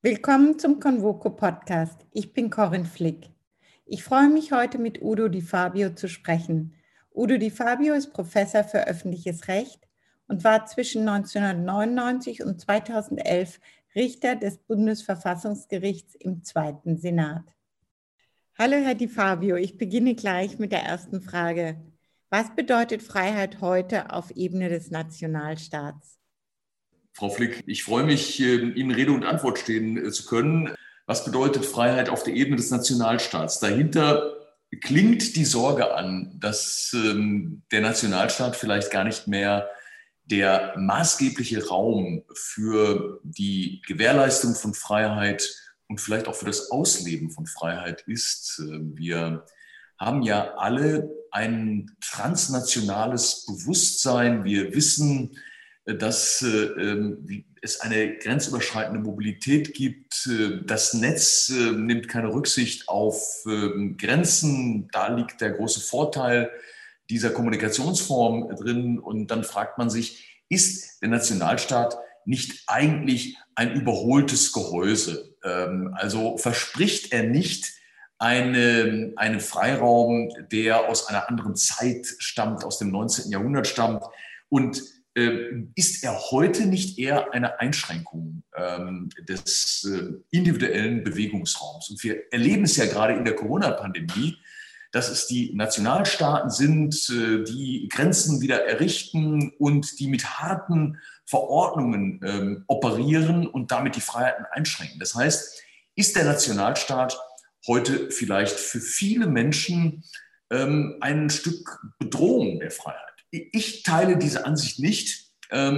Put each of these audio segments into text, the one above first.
Willkommen zum Convoco Podcast. Ich bin Corinne Flick. Ich freue mich heute mit Udo Di Fabio zu sprechen. Udo Di Fabio ist Professor für öffentliches Recht und war zwischen 1999 und 2011 Richter des Bundesverfassungsgerichts im Zweiten Senat. Hallo Herr Di Fabio, ich beginne gleich mit der ersten Frage. Was bedeutet Freiheit heute auf Ebene des Nationalstaats? Frau Flick, ich freue mich, Ihnen Rede und Antwort stehen zu können. Was bedeutet Freiheit auf der Ebene des Nationalstaats? Dahinter klingt die Sorge an, dass der Nationalstaat vielleicht gar nicht mehr der maßgebliche Raum für die Gewährleistung von Freiheit und vielleicht auch für das Ausleben von Freiheit ist. Wir haben ja alle ein transnationales Bewusstsein. Wir wissen, dass es eine grenzüberschreitende Mobilität gibt. Das Netz nimmt keine Rücksicht auf Grenzen. Da liegt der große Vorteil dieser Kommunikationsform drin. Und dann fragt man sich, ist der Nationalstaat nicht eigentlich ein überholtes Gehäuse? Also verspricht er nicht einen Freiraum, der aus einer anderen Zeit stammt, aus dem 19. Jahrhundert stammt? Und ist er heute nicht eher eine Einschränkung des individuellen Bewegungsraums? Und wir erleben es ja gerade in der Corona-Pandemie, dass es die Nationalstaaten sind, die Grenzen wieder errichten und die mit harten Verordnungen operieren und damit die Freiheiten einschränken. Das heißt, ist der Nationalstaat heute vielleicht für viele Menschen ein Stück Bedrohung der Freiheit? Ich teile diese Ansicht nicht.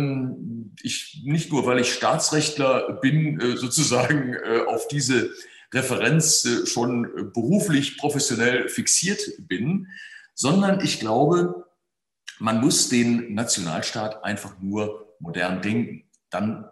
Nicht nur, weil ich Staatsrechtler bin, sozusagen auf diese Referenz schon beruflich, professionell fixiert bin, sondern ich glaube, man muss den Nationalstaat einfach nur modern denken. Dann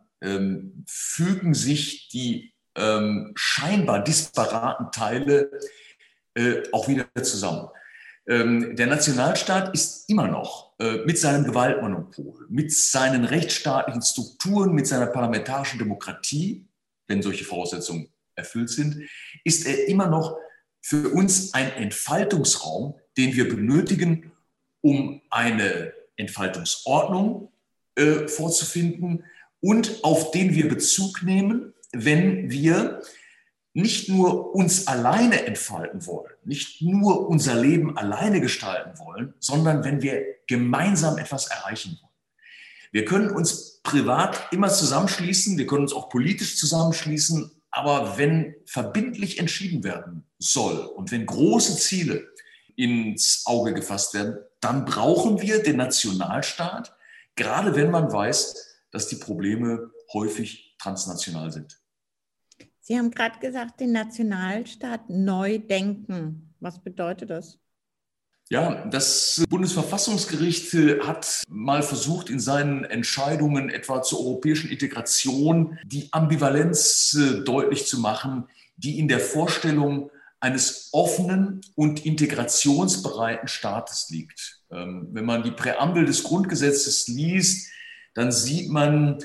fügen sich die scheinbar disparaten Teile auch wieder zusammen. Der Nationalstaat ist immer noch mit seinem Gewaltmonopol, mit seinen rechtsstaatlichen Strukturen, mit seiner parlamentarischen Demokratie, wenn solche Voraussetzungen erfüllt sind, ist er immer noch für uns ein Entfaltungsraum, den wir benötigen, um eine Entfaltungsordnung vorzufinden und auf den wir Bezug nehmen, wenn wir nicht nur uns alleine entfalten wollen, nicht nur unser Leben alleine gestalten wollen, sondern wenn wir gemeinsam etwas erreichen wollen. Wir können uns privat immer zusammenschließen, wir können uns auch politisch zusammenschließen, aber wenn verbindlich entschieden werden soll und wenn große Ziele ins Auge gefasst werden, dann brauchen wir den Nationalstaat, gerade wenn man weiß, dass die Probleme häufig transnational sind. Sie haben gerade gesagt, den Nationalstaat neu denken. Was bedeutet das? Ja, das Bundesverfassungsgericht hat mal versucht, in seinen Entscheidungen etwa zur europäischen Integration die Ambivalenz deutlich zu machen, die in der Vorstellung eines offenen und integrationsbereiten Staates liegt. Wenn man die Präambel des Grundgesetzes liest, dann sieht man,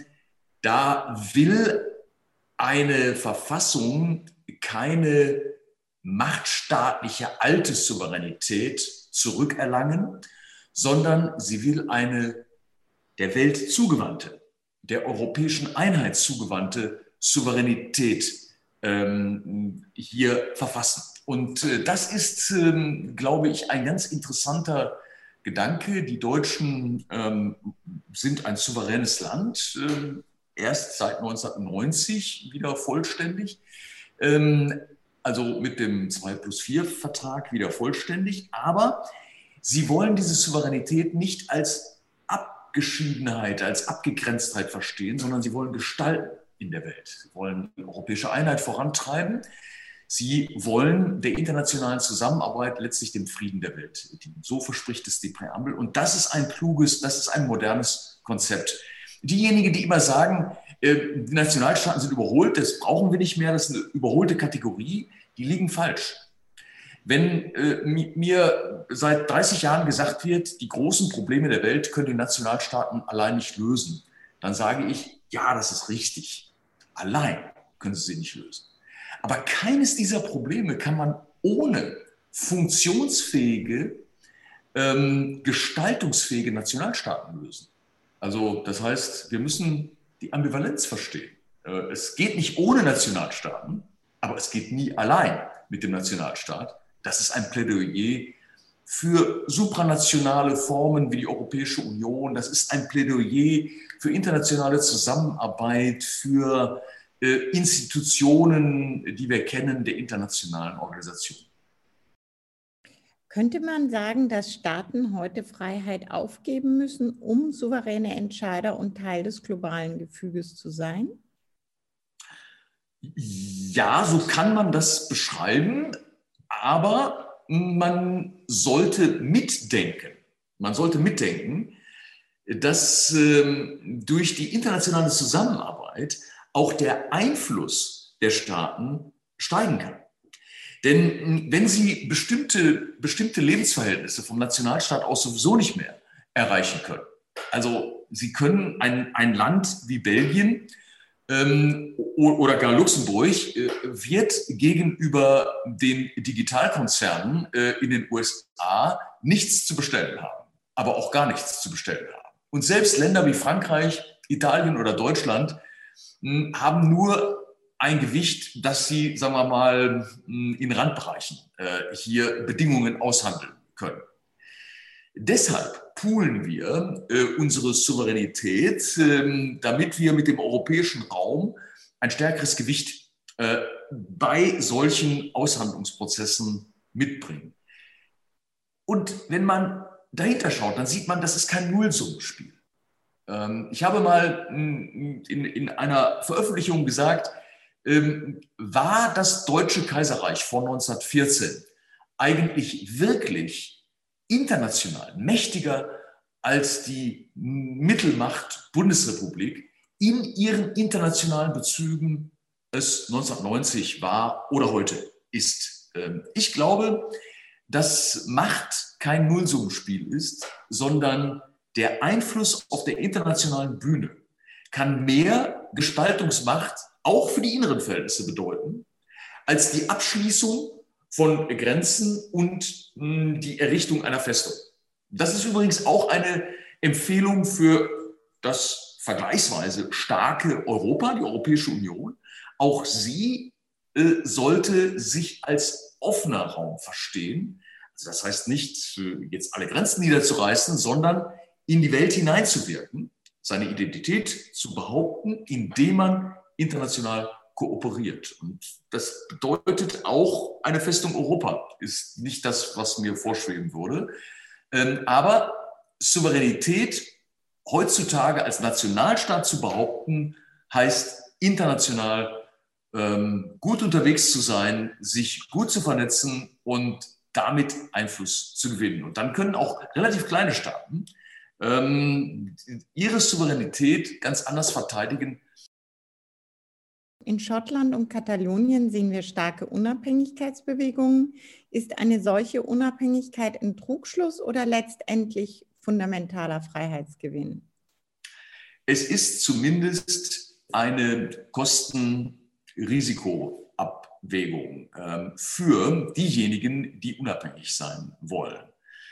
da will eine Verfassung keine machtstaatliche alte Souveränität zurückerlangen, sondern sie will eine der Welt zugewandte, der europäischen Einheit zugewandte Souveränität hier verfassen. Und das ist, glaube ich, ein ganz interessanter Gedanke. Die Deutschen sind ein souveränes Land, erst seit 1990 wieder vollständig, also mit dem 2+4-Vertrag wieder vollständig. Aber sie wollen diese Souveränität nicht als Abgeschiedenheit, als Abgegrenztheit verstehen, sondern sie wollen gestalten in der Welt. Sie wollen die europäische Einheit vorantreiben. Sie wollen der internationalen Zusammenarbeit letztlich dem Frieden der Welt dienen. So verspricht es die Präambel. Und das ist ein kluges, das ist ein modernes Konzept. Diejenigen, die immer sagen, die Nationalstaaten sind überholt, das brauchen wir nicht mehr, das ist eine überholte Kategorie, die liegen falsch. Wenn mir seit 30 Jahren gesagt wird, die großen Probleme der Welt können die Nationalstaaten allein nicht lösen, dann sage ich, ja, das ist richtig. Allein können sie nicht lösen. Aber keines dieser Probleme kann man ohne funktionsfähige, gestaltungsfähige Nationalstaaten lösen. Also das heißt, wir müssen die Ambivalenz verstehen. Es geht nicht ohne Nationalstaaten, aber es geht nie allein mit dem Nationalstaat. Das ist ein Plädoyer für supranationale Formen wie die Europäische Union. Das ist ein Plädoyer für internationale Zusammenarbeit, für Institutionen, die wir kennen, der internationalen Organisation. Könnte man sagen, dass Staaten heute Freiheit aufgeben müssen, um souveräne Entscheider und Teil des globalen Gefüges zu sein? Ja, so kann man das beschreiben, aber man sollte mitdenken. Man sollte mitdenken, dass durch die internationale Zusammenarbeit auch der Einfluss der Staaten steigen kann. Denn wenn sie bestimmte Lebensverhältnisse vom Nationalstaat aus sowieso nicht mehr erreichen können, also sie können ein Land wie Belgien oder gar Luxemburg wird gegenüber den Digitalkonzernen in den USA nichts zu bestellen haben, aber auch gar nichts zu bestellen haben. Und selbst Länder wie Frankreich, Italien oder Deutschland haben nur ein Gewicht, dass sie, sagen wir mal, in Randbereichen hier Bedingungen aushandeln können. Deshalb poolen wir unsere Souveränität, damit wir mit dem europäischen Raum ein stärkeres Gewicht bei solchen Aushandlungsprozessen mitbringen. Und wenn man dahinter schaut, dann sieht man, das ist kein Nullsummenspiel. Ich habe mal in einer Veröffentlichung gesagt, war das Deutsche Kaiserreich vor 1914 eigentlich wirklich international mächtiger als die Mittelmacht Bundesrepublik in ihren internationalen Bezügen es 1990 war oder heute ist? Ich glaube, dass Macht kein Nullsummenspiel ist, sondern der Einfluss auf der internationalen Bühne kann mehr Gestaltungsmacht auch für die inneren Verhältnisse bedeuten, als die Abschließung von Grenzen und die Errichtung einer Festung. Das ist übrigens auch eine Empfehlung für das vergleichsweise starke Europa, die Europäische Union. Auch sie sollte sich als offener Raum verstehen. Also das heißt nicht, jetzt alle Grenzen niederzureißen, sondern in die Welt hineinzuwirken, seine Identität zu behaupten, indem man international kooperiert. Und das bedeutet auch, eine Festung Europa ist nicht das, was mir vorschweben würde. Aber Souveränität heutzutage als Nationalstaat zu behaupten, heißt international gut unterwegs zu sein, sich gut zu vernetzen und damit Einfluss zu gewinnen. Und dann können auch relativ kleine Staaten ihre Souveränität ganz anders verteidigen. In Schottland und Katalonien sehen wir starke Unabhängigkeitsbewegungen. Ist eine solche Unabhängigkeit ein Trugschluss oder letztendlich fundamentaler Freiheitsgewinn? Es ist zumindest eine Kosten-Risiko-Abwägung für diejenigen, die unabhängig sein wollen.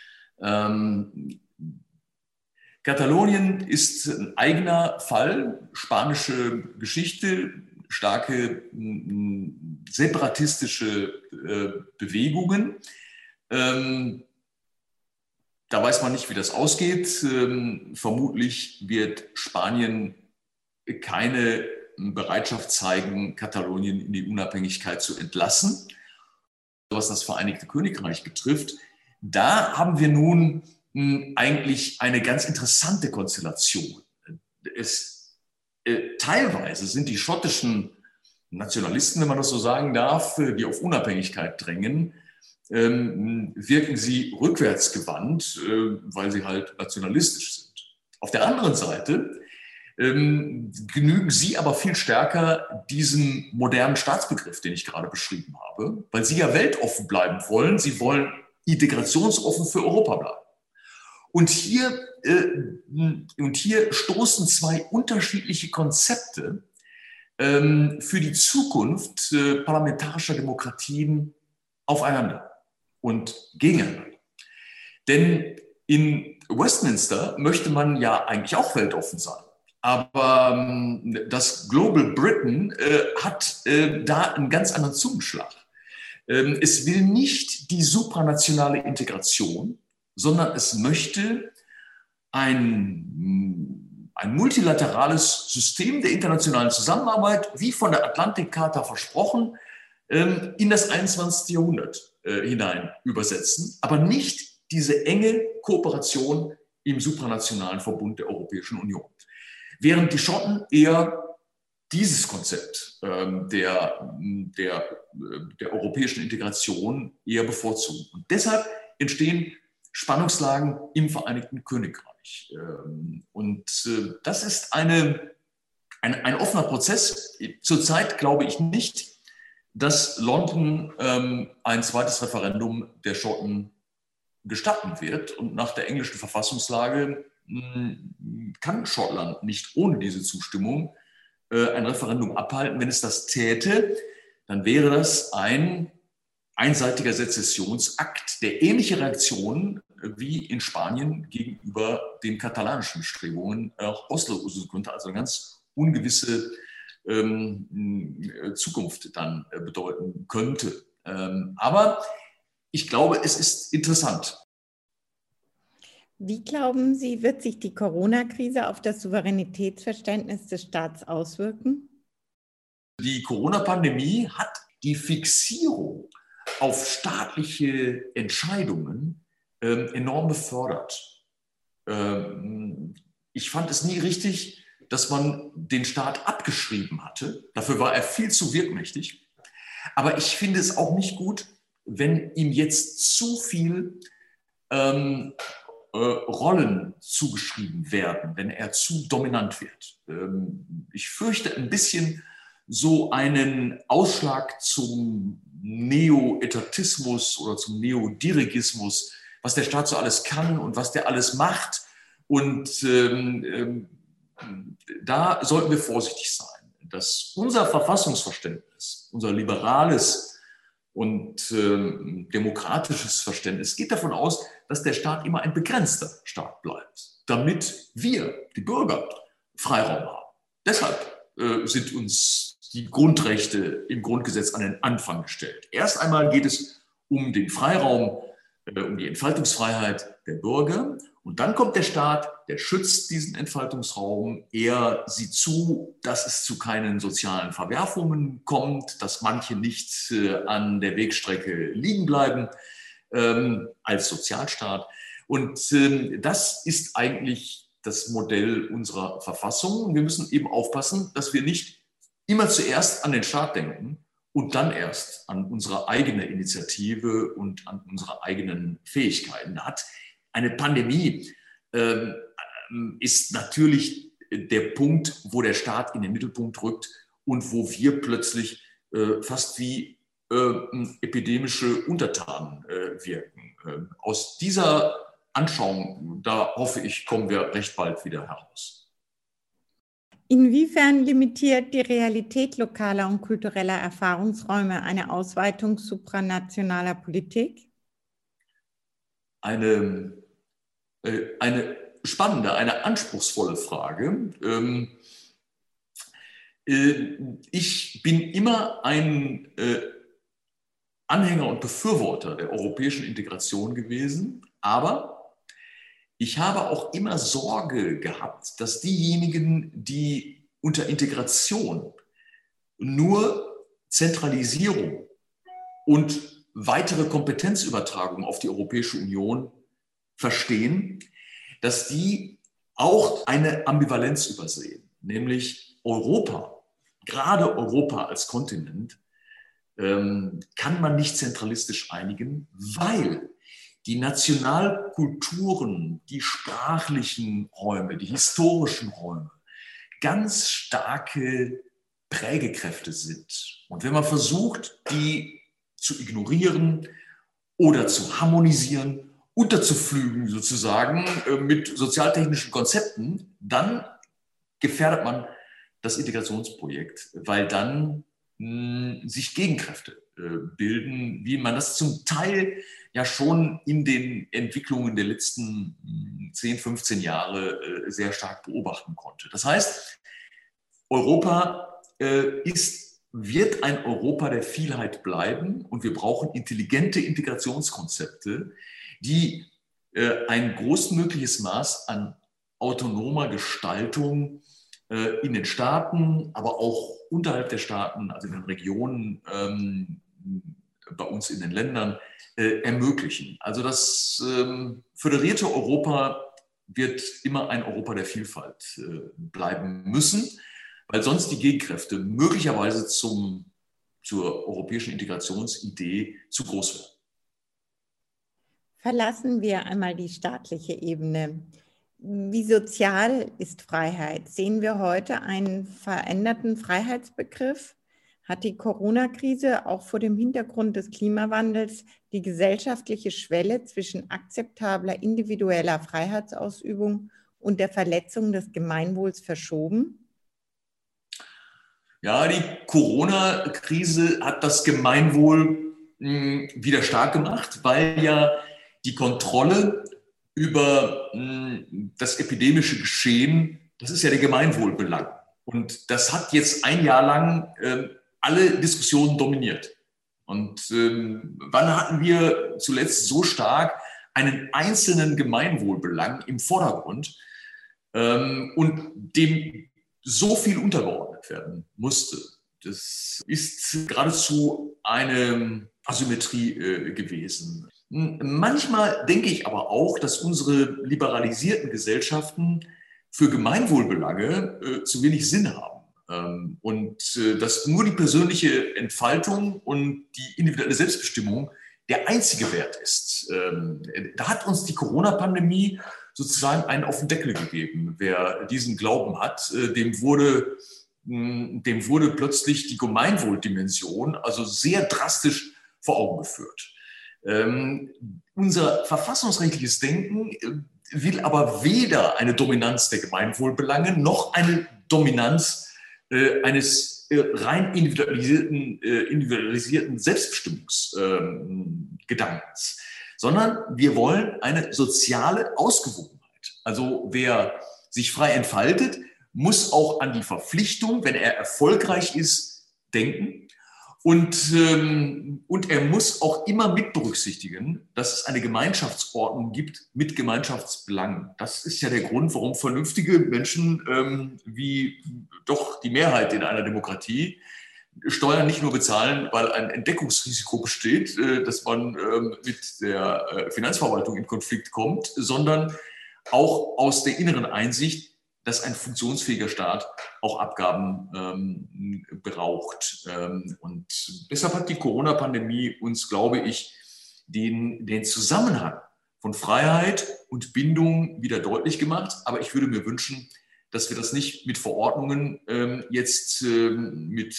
Katalonien ist ein eigener Fall, spanische Geschichte, starke separatistische Bewegungen. Da weiß man nicht, wie das ausgeht. Vermutlich wird Spanien keine Bereitschaft zeigen, Katalonien in die Unabhängigkeit zu entlassen. Was das Vereinigte Königreich betrifft, da haben wir nun eigentlich eine ganz interessante Konstellation. Teilweise sind die schottischen Nationalisten, wenn man das so sagen darf, die auf Unabhängigkeit drängen, wirken sie rückwärtsgewandt, weil sie halt nationalistisch sind. Auf der anderen Seite genügen sie aber viel stärker diesem modernen Staatsbegriff, den ich gerade beschrieben habe, weil sie ja weltoffen bleiben wollen. Sie wollen integrationsoffen für Europa bleiben. Und hier stoßen zwei unterschiedliche Konzepte für die Zukunft parlamentarischer Demokratien aufeinander und gegeneinander. Denn in Westminster möchte man ja eigentlich auch weltoffen sein. Aber das Global Britain hat da einen ganz anderen Zungenschlag. Es will nicht die supranationale Integration, sondern es möchte ein multilaterales System der internationalen Zusammenarbeit, wie von der Atlantikcharta versprochen, in das 21. Jahrhundert hinein übersetzen, aber nicht diese enge Kooperation im supranationalen Verbund der Europäischen Union. Während die Schotten eher dieses Konzept der europäischen Integration eher bevorzugen. Und deshalb entstehen Spannungslagen im Vereinigten Königreich. Das ist ein offener Prozess. Zurzeit glaube ich nicht, dass London ein zweites Referendum der Schotten gestatten wird. Und nach der englischen Verfassungslage kann Schottland nicht ohne diese Zustimmung ein Referendum abhalten. Wenn es das täte, dann wäre das ein einseitiger Sezessionsakt, der ähnliche Reaktionen wie in Spanien gegenüber den katalanischen Bestrebungen auslösen könnte. Also eine ganz ungewisse Zukunft dann bedeuten könnte. Aber ich glaube, es ist interessant. Wie glauben Sie, wird sich die Corona-Krise auf das Souveränitätsverständnis des Staats auswirken? Die Corona-Pandemie hat die Fixierung auf staatliche Entscheidungen enorm befördert. Ich fand es nie richtig, dass man den Staat abgeschrieben hatte. Dafür war er viel zu wirkmächtig. Aber ich finde es auch nicht gut, wenn ihm jetzt zu viel Rollen zugeschrieben werden, wenn er zu dominant wird. Ich fürchte ein bisschen so einen Ausschlag zum Neo-Etatismus oder zum Neodirigismus, was der Staat so alles kann und was der alles macht. Und da sollten wir vorsichtig sein, dass unser Verfassungsverständnis, unser liberales und demokratisches Verständnis geht davon aus, dass der Staat immer ein begrenzter Staat bleibt, damit wir, die Bürger, Freiraum haben. Deshalb sind uns die Grundrechte im Grundgesetz an den Anfang gestellt. Erst einmal geht es um den Freiraum, um die Entfaltungsfreiheit der Bürger. Und dann kommt der Staat, der schützt diesen Entfaltungsraum. Er sieht zu, dass es zu keinen sozialen Verwerfungen kommt, dass manche nicht an der Wegstrecke liegen bleiben als Sozialstaat. Und das ist eigentlich das Modell unserer Verfassung. Wir müssen eben aufpassen, dass wir nicht immer zuerst an den Staat denken und dann erst an unsere eigene Initiative und an unsere eigenen Fähigkeiten. Da hat eine Pandemie ist natürlich der Punkt, wo der Staat in den Mittelpunkt rückt und wo wir plötzlich fast wie epidemische Untertanen wirken. Aus dieser Anschauung, da hoffe ich, kommen wir recht bald wieder heraus. Inwiefern limitiert die Realität lokaler und kultureller Erfahrungsräume eine Ausweitung supranationaler Politik? Eine spannende, eine anspruchsvolle Frage. Ich bin immer ein Anhänger und Befürworter der europäischen Integration gewesen, aber ich habe auch immer Sorge gehabt, dass diejenigen, die unter Integration nur Zentralisierung und weitere Kompetenzübertragung auf die Europäische Union verstehen, dass die auch eine Ambivalenz übersehen, nämlich Europa, gerade Europa als Kontinent, kann man nicht zentralistisch einigen, weil die Nationalkulturen, die sprachlichen Räume, die historischen Räume ganz starke Prägekräfte sind. Und wenn man versucht, die zu ignorieren oder zu harmonisieren, unterzupflügen sozusagen mit sozialtechnischen Konzepten, dann gefährdet man das Integrationsprojekt, weil dann sich Gegenkräfte bilden, wie man das zum Teil ja schon in den Entwicklungen der letzten 10, 15 Jahre sehr stark beobachten konnte. Das heißt, Europa wird ein Europa der Vielheit bleiben und wir brauchen intelligente Integrationskonzepte, die ein großmögliches Maß an autonomer Gestaltung in den Staaten, aber auch unterhalb der Staaten, also in den Regionen, bei uns in den Ländern, ermöglichen. Also das föderierte Europa wird immer ein Europa der Vielfalt bleiben müssen, weil sonst die Gegenkräfte möglicherweise zur europäischen Integrationsidee zu groß werden. Verlassen wir einmal die staatliche Ebene. Wie sozial ist Freiheit? Sehen wir heute einen veränderten Freiheitsbegriff? Hat die Corona-Krise auch vor dem Hintergrund des Klimawandels die gesellschaftliche Schwelle zwischen akzeptabler individueller Freiheitsausübung und der Verletzung des Gemeinwohls verschoben? Ja, die Corona-Krise hat das Gemeinwohl wieder stark gemacht, weil ja die Kontrolle über das epidemische Geschehen, das ist ja der Gemeinwohlbelang. Und das hat jetzt ein Jahr lang alle Diskussionen dominiert. Und wann hatten wir zuletzt so stark einen einzelnen Gemeinwohlbelang im Vordergrund und dem so viel untergeordnet werden musste? Das ist geradezu eine Asymmetrie gewesen. Manchmal denke ich aber auch, dass unsere liberalisierten Gesellschaften für Gemeinwohlbelange zu wenig Sinn haben und dass nur die persönliche Entfaltung und die individuelle Selbstbestimmung der einzige Wert ist. Da hat uns die Corona-Pandemie sozusagen einen auf den Deckel gegeben. Wer diesen Glauben hat, dem wurde plötzlich die Gemeinwohldimension also sehr drastisch vor Augen geführt. Unser verfassungsrechtliches Denken will aber weder eine Dominanz der Gemeinwohlbelange noch eine Dominanz eines rein individualisierten Selbstbestimmungsgedankens, sondern wir wollen eine soziale Ausgewogenheit. Also wer sich frei entfaltet, muss auch an die Verpflichtung, wenn er erfolgreich ist, denken. Und er muss auch immer mit berücksichtigen, dass es eine Gemeinschaftsordnung gibt mit Gemeinschaftsbelangen. Das ist ja der Grund, warum vernünftige Menschen wie doch die Mehrheit in einer Demokratie Steuern nicht nur bezahlen, weil ein Entdeckungsrisiko besteht, dass man mit der Finanzverwaltung in Konflikt kommt, sondern auch aus der inneren Einsicht, dass ein funktionsfähiger Staat auch Abgaben braucht. Und deshalb hat die Corona-Pandemie uns, glaube ich, den Zusammenhang von Freiheit und Bindung wieder deutlich gemacht. Aber ich würde mir wünschen, dass wir das nicht mit Verordnungen jetzt mit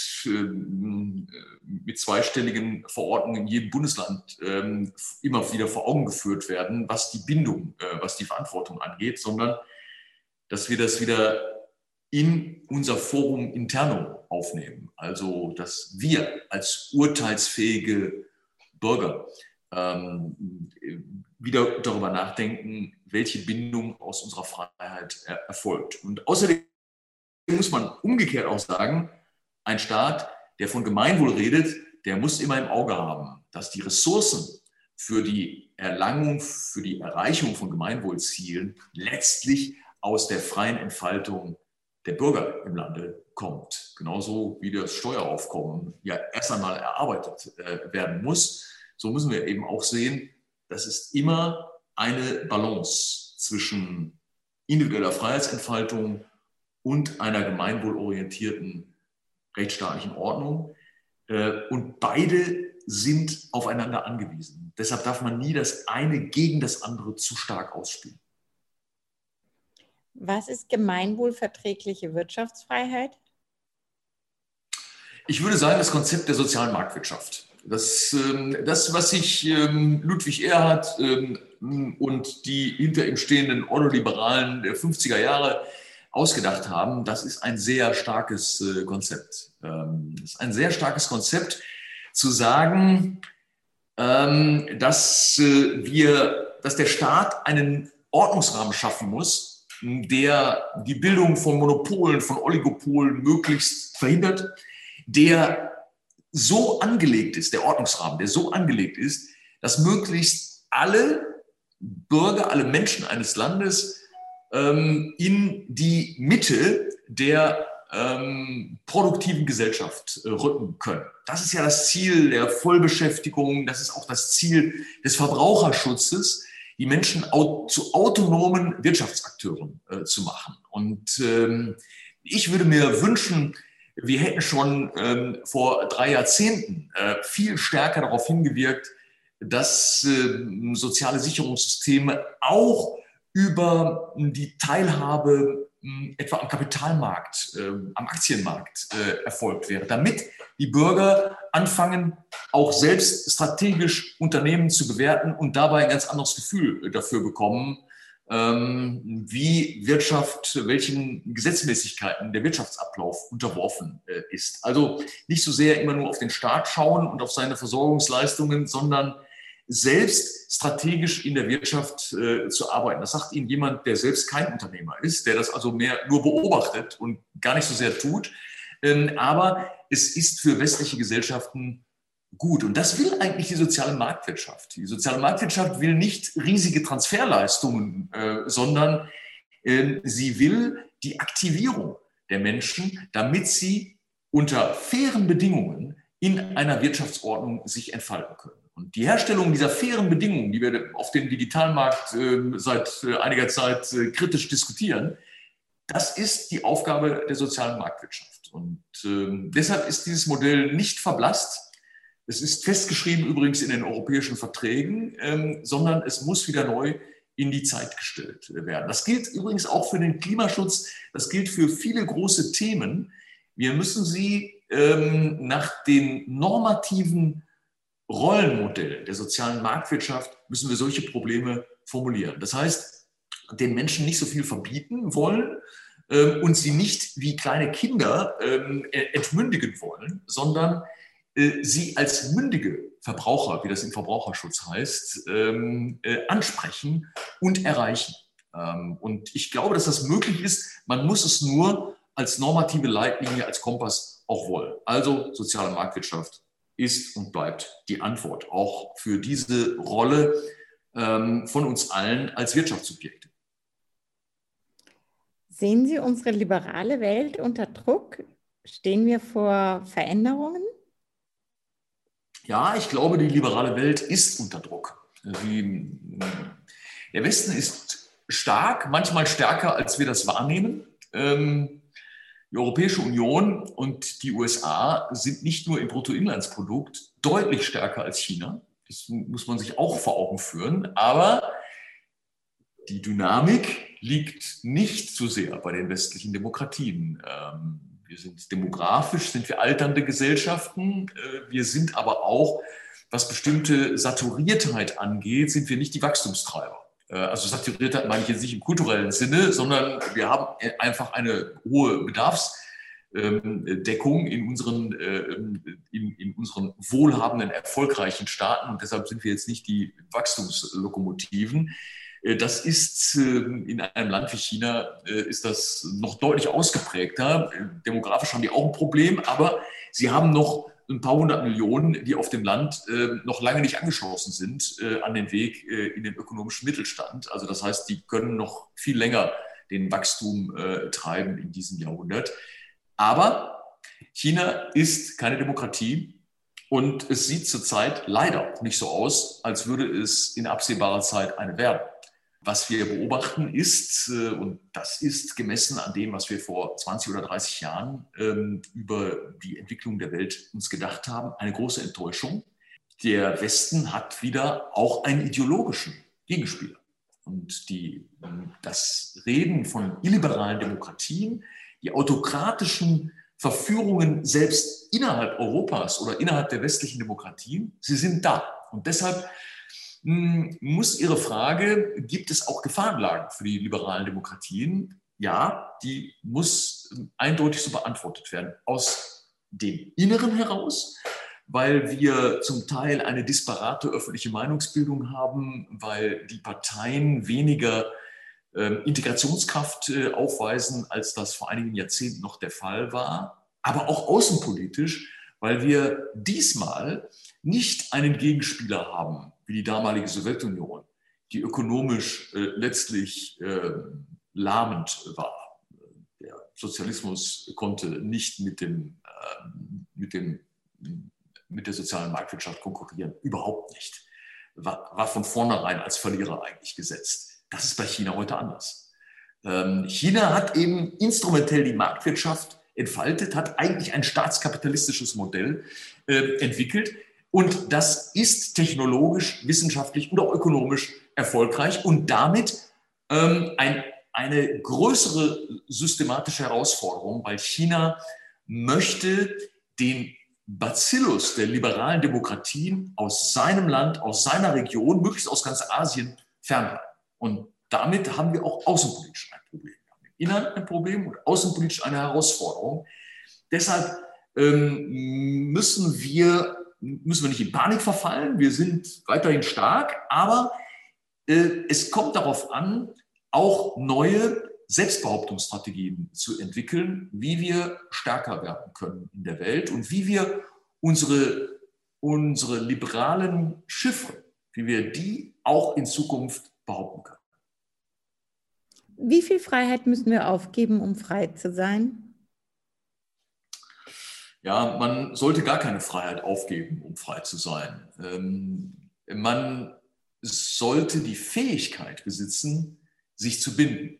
zweistelligen Verordnungen in jedem Bundesland immer wieder vor Augen geführt werden, was die Bindung, was die Verantwortung angeht, sondern dass wir das wieder in unser Forum Internum aufnehmen. Also, dass wir als urteilsfähige Bürger wieder darüber nachdenken, welche Bindung aus unserer Freiheit erfolgt. Und außerdem muss man umgekehrt auch sagen, ein Staat, der von Gemeinwohl redet, der muss immer im Auge haben, dass die Ressourcen für die Erlangung, für die Erreichung von Gemeinwohlzielen letztlich aus der freien Entfaltung der Bürger im Lande kommt. Genauso wie das Steueraufkommen ja erst einmal erarbeitet werden muss. So müssen wir eben auch sehen, das ist immer eine Balance zwischen individueller Freiheitsentfaltung und einer gemeinwohlorientierten rechtsstaatlichen Ordnung. Und beide sind aufeinander angewiesen. Deshalb darf man nie das eine gegen das andere zu stark ausspielen. Was ist gemeinwohlverträgliche Wirtschaftsfreiheit? Ich würde sagen, das Konzept der sozialen Marktwirtschaft. Das was sich Ludwig Erhard und die hinter ihm stehenden Ordoliberalen der 50er Jahre ausgedacht haben, das ist ein sehr starkes Konzept. Das ist ein sehr starkes Konzept, zu sagen, dass der Staat einen Ordnungsrahmen schaffen muss, der die Bildung von Monopolen, von Oligopolen möglichst verhindert, der so angelegt ist, der Ordnungsrahmen, der so angelegt ist, dass möglichst alle Bürger, alle Menschen eines Landes in die Mitte der produktiven Gesellschaft rücken können. Das ist ja das Ziel der Vollbeschäftigung, das ist auch das Ziel des Verbraucherschutzes, die Menschen zu autonomen Wirtschaftsakteuren zu machen. Und ich würde mir wünschen, wir hätten schon vor 3 Jahrzehnten viel stärker darauf hingewirkt, dass soziale Sicherungssysteme auch über die Teilhabe etwa am Kapitalmarkt, am Aktienmarkt erfolgt wäre, damit die Bürger anfangen, auch selbst strategisch Unternehmen zu bewerten und dabei ein ganz anderes Gefühl dafür bekommen, wie Wirtschaft, welchen Gesetzmäßigkeiten der Wirtschaftsablauf unterworfen ist. Also nicht so sehr immer nur auf den Staat schauen und auf seine Versorgungsleistungen, sondern selbst strategisch in der Wirtschaft zu arbeiten. Das sagt Ihnen jemand, der selbst kein Unternehmer ist, der das also mehr nur beobachtet und gar nicht so sehr tut. Aber es ist für westliche Gesellschaften gut. Und das will eigentlich die soziale Marktwirtschaft. Die soziale Marktwirtschaft will nicht riesige Transferleistungen, sondern sie will die Aktivierung der Menschen, damit sie unter fairen Bedingungen in einer Wirtschaftsordnung sich entfalten können. Und die Herstellung dieser fairen Bedingungen, die wir auf dem digitalen Markt seit einiger Zeit kritisch diskutieren, das ist die Aufgabe der sozialen Marktwirtschaft. Und deshalb ist dieses Modell nicht verblasst. Es ist festgeschrieben übrigens in den europäischen Verträgen, sondern es muss wieder neu in die Zeit gestellt werden. Das gilt übrigens auch für den Klimaschutz. Das gilt für viele große Themen. Wir müssen sie nach den normativen Rollenmodellen der sozialen Marktwirtschaft müssen wir solche Probleme formulieren. Das heißt, den Menschen nicht so viel verbieten wollen und sie nicht wie kleine Kinder entmündigen wollen, sondern sie als mündige Verbraucher, wie das im Verbraucherschutz heißt, ansprechen und erreichen. Und ich glaube, dass das möglich ist. Man muss es nur als normative Leitlinie, als Kompass auch wollen. Also soziale Marktwirtschaft ist und bleibt die Antwort, auch für diese Rolle von uns allen als Wirtschaftssubjekte. Sehen Sie unsere liberale Welt unter Druck? Stehen wir vor Veränderungen? Ja, ich glaube, die liberale Welt ist unter Druck. Der Westen ist stark, manchmal stärker, als wir das wahrnehmen. Die Europäische Union und die USA sind nicht nur im Bruttoinlandsprodukt deutlich stärker als China. Das muss man sich auch vor Augen führen. Aber die Dynamik liegt nicht so sehr bei den westlichen Demokratien. Wir sind demografisch, sind wir alternde Gesellschaften. Wir sind aber auch, was bestimmte Saturiertheit angeht, sind wir nicht die Wachstumstreiber. Also Saturiertheit meine ich jetzt nicht im kulturellen Sinne, sondern wir haben einfach eine hohe Bedarfsdeckung in unseren wohlhabenden, erfolgreichen Staaten. Und deshalb sind wir jetzt nicht die Wachstumslokomotiven. Das ist in einem Land wie China ist das noch deutlich ausgeprägter. Demografisch haben die auch ein Problem, aber sie haben noch ein paar 100 Millionen, die auf dem Land noch lange nicht angeschlossen sind an den Weg in den ökonomischen Mittelstand. Also das heißt, die können noch viel länger den Wachstum treiben in diesem Jahrhundert. Aber China ist keine Demokratie und es sieht zurzeit leider nicht so aus, als würde es in absehbarer Zeit eine werden. Was wir beobachten ist, und das ist gemessen an dem, was wir vor 20 oder 30 Jahren über die Entwicklung der Welt uns gedacht haben, eine große Enttäuschung. Der Westen hat wieder auch einen ideologischen Gegenspieler. Und das Reden von illiberalen Demokratien, die autokratischen Verführungen selbst innerhalb Europas oder innerhalb der westlichen Demokratien, sie sind da. Und deshalb muss Ihre Frage, gibt es auch Gefahrenlagen für die liberalen Demokratien? ja, die muss eindeutig so beantwortet werden. Aus dem Inneren heraus, weil wir zum Teil eine disparate öffentliche Meinungsbildung haben, weil die Parteien weniger Integrationskraft aufweisen, als das vor einigen Jahrzehnten noch der Fall war, aber auch außenpolitisch, weil wir diesmal nicht einen Gegenspieler haben, wie die damalige Sowjetunion, die ökonomisch letztlich lahmend war. Der Sozialismus konnte nicht mit der sozialen Marktwirtschaft konkurrieren, überhaupt nicht. War von vornherein als Verlierer eigentlich gesetzt. Das ist bei China heute anders. China hat eben instrumentell die Marktwirtschaft entfaltet, hat eigentlich ein staatskapitalistisches Modell entwickelt. Und das ist technologisch, wissenschaftlich und auch ökonomisch erfolgreich und damit eine größere systematische Herausforderung, weil China möchte den Bacillus der liberalen Demokratien aus seinem Land, aus seiner Region, möglichst aus ganz Asien fernhalten. Und damit haben wir auch außenpolitisch ein Problem. Wir haben im Inneren ein Problem und außenpolitisch eine Herausforderung. Deshalb müssen wir nicht in Panik verfallen. Wir sind weiterhin stark, aber es kommt darauf an, auch neue Selbstbehauptungsstrategien zu entwickeln, wie wir stärker werden können in der Welt und wie wir unsere liberalen Chiffre, wie wir die auch in Zukunft behaupten können. Wie viel Freiheit müssen wir aufgeben, um frei zu sein? Ja, man sollte gar keine Freiheit aufgeben, um frei zu sein. Man sollte die Fähigkeit besitzen, sich zu binden.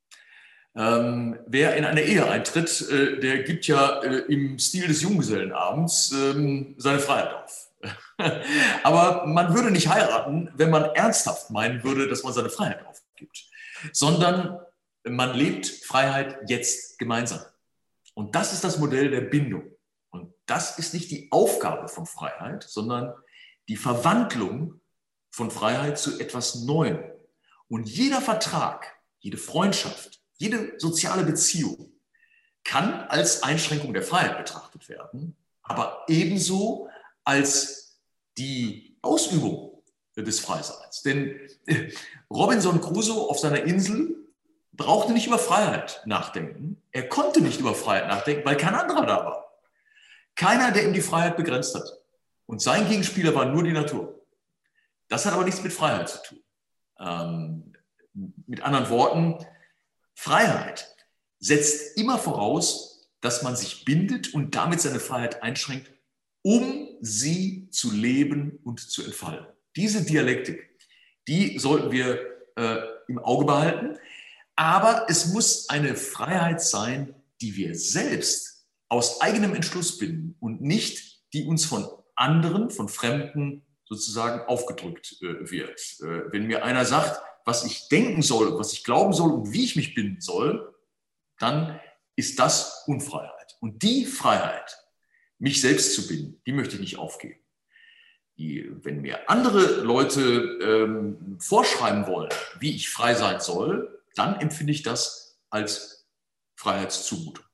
Wer in eine Ehe eintritt, der gibt ja im Stil des Junggesellenabends seine Freiheit auf. Aber man würde nicht heiraten, wenn man ernsthaft meinen würde, dass man seine Freiheit aufgibt, sondern man lebt Freiheit jetzt gemeinsam. Und das ist das Modell der Bindung. Und das ist nicht die Aufgabe von Freiheit, sondern die Verwandlung von Freiheit zu etwas Neuem. Und jeder Vertrag, jede Freundschaft, jede soziale Beziehung kann als Einschränkung der Freiheit betrachtet werden, aber ebenso als die Ausübung des Freiseins. Denn Robinson Crusoe auf seiner Insel brauchte nicht über Freiheit nachdenken. Er konnte nicht über Freiheit nachdenken, weil kein anderer da war. Keiner, der ihm die Freiheit begrenzt hat. Und sein Gegenspieler war nur die Natur. Das hat aber nichts mit Freiheit zu tun. Mit anderen Worten, Freiheit setzt immer voraus, dass man sich bindet und damit seine Freiheit einschränkt, um sie zu leben und zu entfalten. Diese Dialektik, die sollten wir im Auge behalten. Aber es muss eine Freiheit sein, die wir selbst aus eigenem Entschluss binden und nicht, die uns von anderen, von Fremden sozusagen aufgedrückt wird. Wenn mir einer sagt, was ich denken soll, was ich glauben soll und wie ich mich binden soll, dann ist das Unfreiheit. Und die Freiheit, mich selbst zu binden, die möchte ich nicht aufgeben. Wenn mir andere Leute vorschreiben wollen, wie ich frei sein soll, dann empfinde ich das als Freiheitszumutung.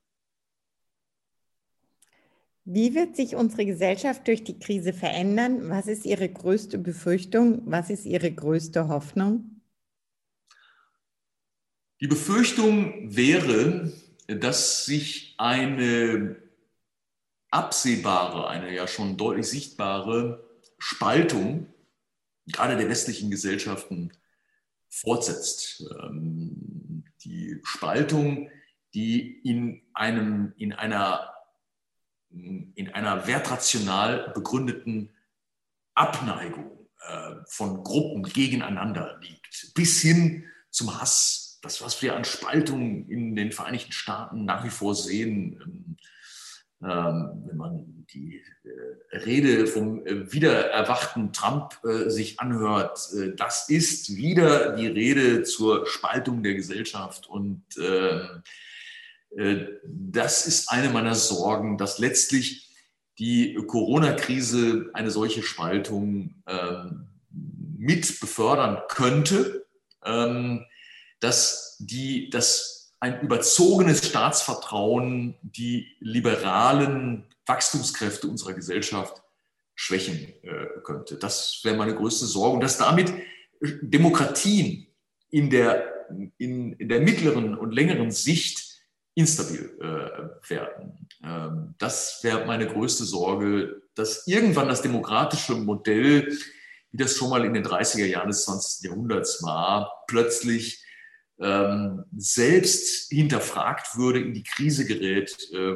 Wie wird sich unsere Gesellschaft durch die Krise verändern? Was ist Ihre größte Befürchtung? Was ist Ihre größte Hoffnung? Die Befürchtung wäre, dass sich eine absehbare, eine ja schon deutlich sichtbare Spaltung, gerade der westlichen Gesellschaften, fortsetzt. Die Spaltung, die in einer wertrational begründeten Abneigung von Gruppen gegeneinander liegt, bis hin zum Hass. Das, was wir an Spaltung in den Vereinigten Staaten nach wie vor sehen, wenn man die Rede vom wiedererwachten Trump sich anhört, das ist wieder die Rede zur Spaltung der Gesellschaft. Und das ist eine meiner Sorgen, dass letztlich die Corona-Krise eine solche Spaltung mit befördern könnte, dass ein überzogenes Staatsvertrauen die liberalen Wachstumskräfte unserer Gesellschaft schwächen könnte. Das wäre meine größte Sorge. Und dass damit Demokratien in der mittleren und längeren Sicht instabil werden. Das wäre meine größte Sorge, dass irgendwann das demokratische Modell, wie das schon mal in den 30er Jahren des 20. Jahrhunderts war, plötzlich selbst hinterfragt würde, in die Krise gerät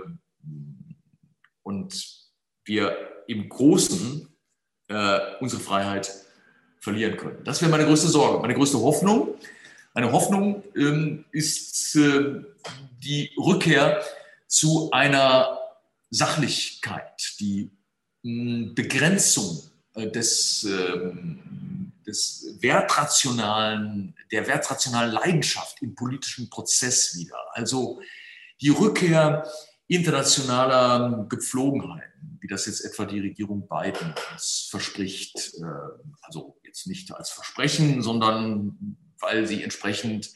und wir im Großen unsere Freiheit verlieren können. Das wäre meine größte Sorge, meine größte Hoffnung. Meine Hoffnung ist die Rückkehr zu einer Sachlichkeit, die Begrenzung der wertrationalen Leidenschaft im politischen Prozess wieder. Also die Rückkehr internationaler Gepflogenheiten, wie das jetzt etwa die Regierung Biden uns verspricht. Also jetzt nicht als Versprechen, sondern weil sie entsprechend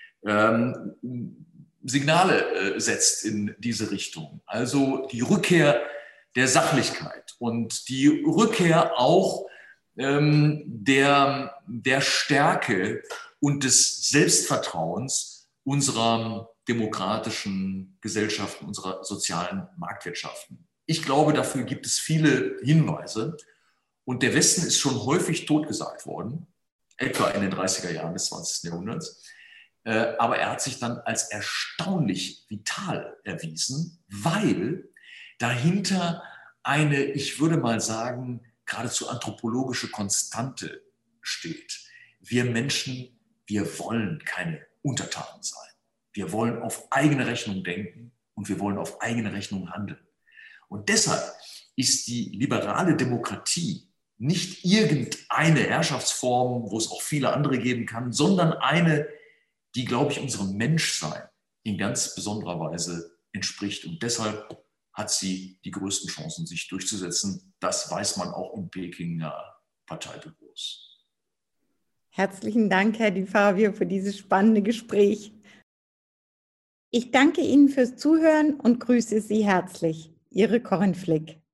Signale setzt in diese Richtung. Also die Rückkehr der Sachlichkeit und die Rückkehr auch der Stärke und des Selbstvertrauens unserer demokratischen Gesellschaften, unserer sozialen Marktwirtschaften. Ich glaube, dafür gibt es viele Hinweise. Und der Westen ist schon häufig totgesagt worden, etwa in den 30er Jahren des 20. Jahrhunderts. Aber er hat sich dann als erstaunlich vital erwiesen, weil dahinter eine, ich würde mal sagen, geradezu anthropologische Konstante steht. Wir Menschen, wir wollen keine Untertanen sein. Wir wollen auf eigene Rechnung denken und wir wollen auf eigene Rechnung handeln. Und deshalb ist die liberale Demokratie nicht irgendeine Herrschaftsform, wo es auch viele andere geben kann, sondern eine, die, glaube ich, unserem Menschsein in ganz besonderer Weise entspricht. Und deshalb hat sie die größten Chancen, sich durchzusetzen. Das weiß man auch im Pekinger Parteibüros. Herzlichen Dank, Herr Di Fabio, für dieses spannende Gespräch. Ich danke Ihnen fürs Zuhören und grüße Sie herzlich. Ihre Corinne Flick.